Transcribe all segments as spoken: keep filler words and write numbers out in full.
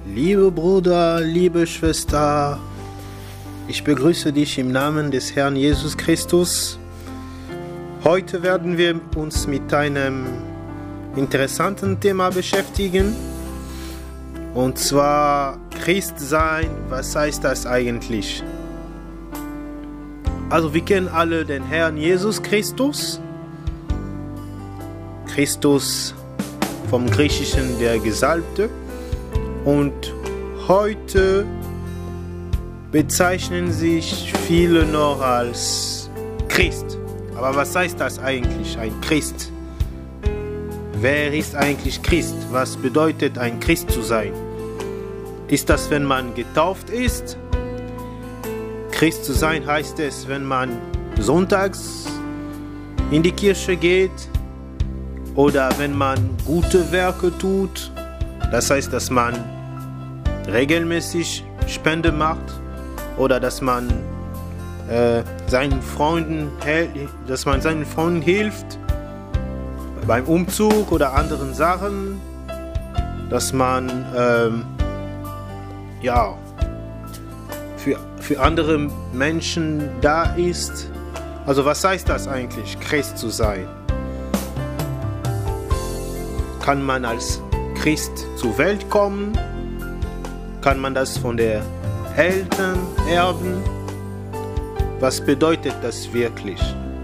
Liebe Bruder, liebe Schwester, ich begrüße dich im Namen des Herrn Jesus Christus. Heute werden wir uns mit einem interessanten Thema beschäftigen, und zwar Christ sein. Was heißt das eigentlich? Also wir kennen alle den Herrn Jesus Christus. Christus vom Griechischen der Gesalbte. Und heute bezeichnen sich viele noch als Christ. Aber was heißt das eigentlich, ein Christ? Wer ist eigentlich Christ? Was bedeutet ein Christ zu sein? Ist das, wenn man getauft ist? Christ zu sein heißt es, wenn man sonntags in die Kirche geht oder wenn man gute Werke tut. Das heißt, dass man regelmäßig Spende macht oder dass man äh, seinen Freunden, dass man seinen Freunden hilft beim Umzug oder anderen Sachen, dass man ähm, ja für, für andere Menschen da ist. Also was heißt das eigentlich, Christ zu sein? Kann man als Christ zur Welt kommen? Kann man das von den Eltern erben? Was bedeutet das wirklich?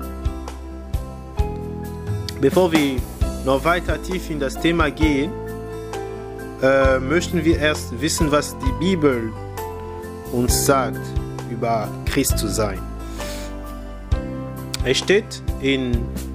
Bevor wir noch weiter tief in das Thema gehen, äh, möchten wir erst wissen, was die Bibel uns sagt über Christ zu sein. Es steht in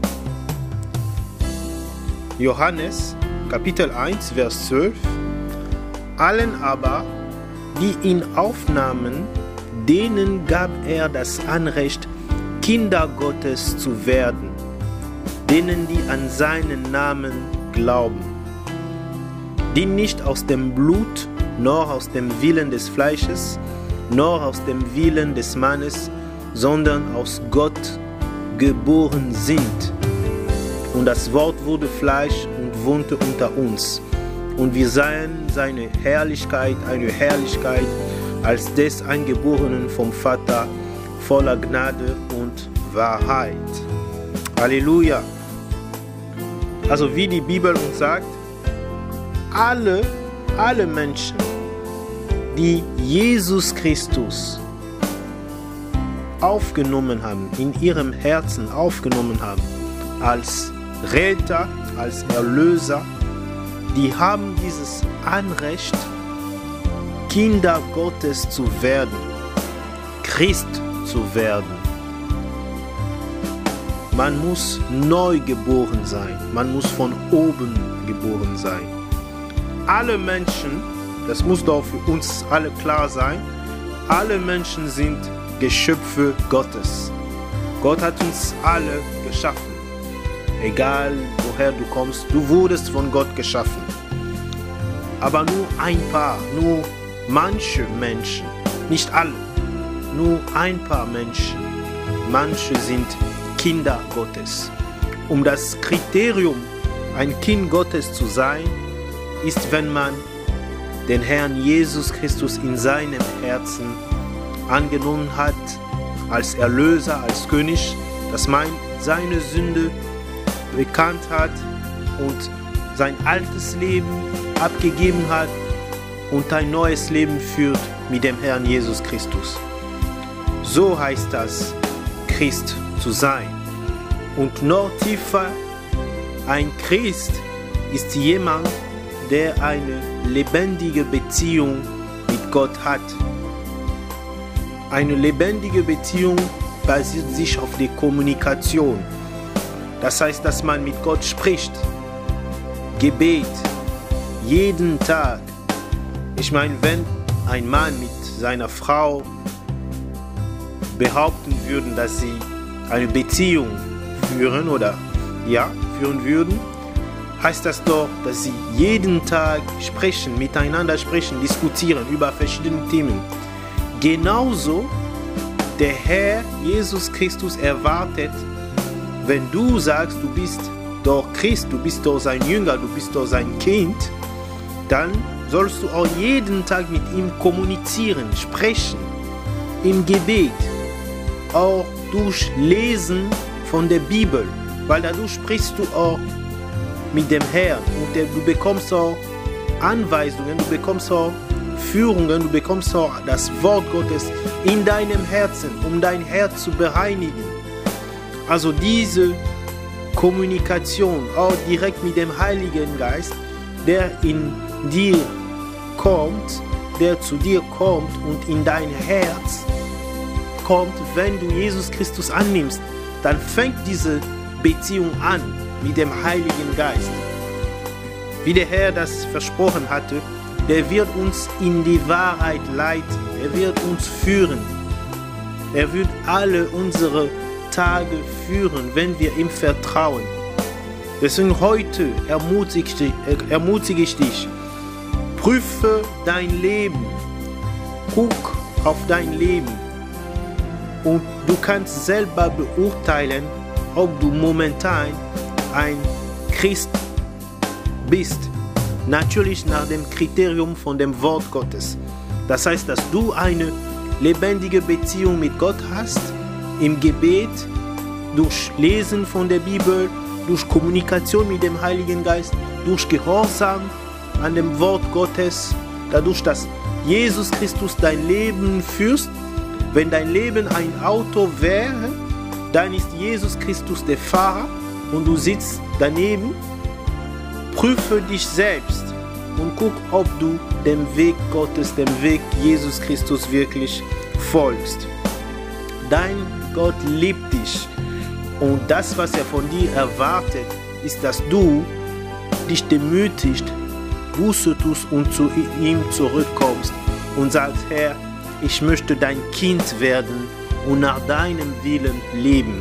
Johannes Kapitel eins, Vers zwölf: Allen aber, die ihn aufnahmen, denen gab er das Anrecht, Kinder Gottes zu werden, denen, die an seinen Namen glauben, die nicht aus dem Blut, noch aus dem Willen des Fleisches, noch aus dem Willen des Mannes, sondern aus Gott geboren sind. Und das Wort wurde Fleisch und wohnte unter uns. Und wir sahen seine Herrlichkeit, eine Herrlichkeit als des Eingeborenen vom Vater, voller Gnade und Wahrheit. Halleluja! Also wie die Bibel uns sagt, alle, alle Menschen, die Jesus Christus aufgenommen haben, in ihrem Herzen aufgenommen haben, als Retter, als Erlöser, die haben dieses Anrecht, Kinder Gottes zu werden, Christ zu werden. Man muss neu geboren sein, man muss von oben geboren sein. Alle Menschen, das muss doch für uns alle klar sein, alle Menschen sind Geschöpfe Gottes. Gott hat uns alle geschaffen. Egal woher du kommst, du wurdest von Gott geschaffen. Aber nur ein paar, nur manche Menschen, nicht alle, nur ein paar Menschen, manche sind Kinder Gottes. Um das Kriterium, ein Kind Gottes zu sein, ist, wenn man den Herrn Jesus Christus in seinem Herzen angenommen hat, als Erlöser, als König, dass man seine Sünde bekannt hat und sein altes Leben abgegeben hat und ein neues Leben führt mit dem Herrn Jesus Christus. So heißt das, Christ zu sein. Und noch tiefer, ein Christ ist jemand, der eine lebendige Beziehung mit Gott hat. Eine lebendige Beziehung basiert sich auf der Kommunikation. Das heißt, dass man mit Gott spricht. Gebet. Jeden Tag. Ich meine, wenn ein Mann mit seiner Frau behaupten würden, dass sie eine Beziehung führen oder ja, führen würden, heißt das doch, dass sie jeden Tag sprechen, miteinander sprechen, diskutieren über verschiedene Themen. Genauso der Herr Jesus Christus erwartet, wenn du sagst, du bist doch Christ, du bist doch sein Jünger, du bist doch sein Kind, dann sollst du auch jeden Tag mit ihm kommunizieren, sprechen, im Gebet, auch durch Lesen von der Bibel, weil dadurch sprichst du auch mit dem Herrn und du bekommst auch Anweisungen, du bekommst auch Führungen, du bekommst auch das Wort Gottes in deinem Herzen, um dein Herz zu bereinigen. Also diese Kommunikation auch direkt mit dem Heiligen Geist, der in dir kommt, der zu dir kommt und in dein Herz kommt, wenn du Jesus Christus annimmst, dann fängt diese Beziehung an mit dem Heiligen Geist. Wie der Herr das versprochen hatte, der wird uns in die Wahrheit leiten, er wird uns führen, er wird alle unsere Tage führen, wenn wir ihm vertrauen. Deswegen heute ermutige ich dich, ermutige ich dich, prüfe dein Leben, guck auf dein Leben und du kannst selber beurteilen, ob du momentan ein Christ bist. Natürlich nach dem Kriterium von dem Wort Gottes. Das heißt, dass du eine lebendige Beziehung mit Gott hast, im Gebet, durch Lesen von der Bibel, durch Kommunikation mit dem Heiligen Geist, durch Gehorsam an dem Wort Gottes, dadurch, dass Jesus Christus dein Leben führst. Wenn dein Leben ein Auto wäre, dann ist Jesus Christus der Fahrer und du sitzt daneben. Prüfe dich selbst und guck, ob du dem Weg Gottes, dem Weg Jesus Christus wirklich folgst. Dein Gott liebt dich und das, was er von dir erwartet, ist, dass du dich demütigst, Buße tust und zu ihm zurückkommst und sagst, Herr, ich möchte dein Kind werden und nach deinem Willen leben.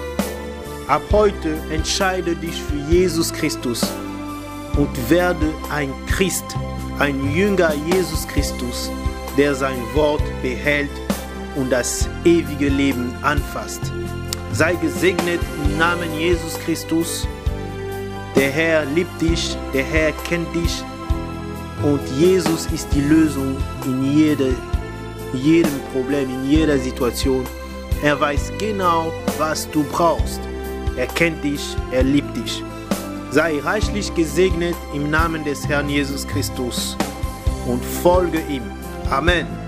Ab heute entscheide dich für Jesus Christus und werde ein Christ, ein Jünger Jesus Christus, der sein Wort behält und das ewige Leben anfasst. Sei gesegnet im Namen Jesus Christus. Der Herr liebt dich, der Herr kennt dich und Jesus ist die Lösung in jede, jedem Problem, in jeder Situation. Er weiß genau, was du brauchst. Er kennt dich, er liebt dich. Sei reichlich gesegnet im Namen des Herrn Jesus Christus und folge ihm. Amen.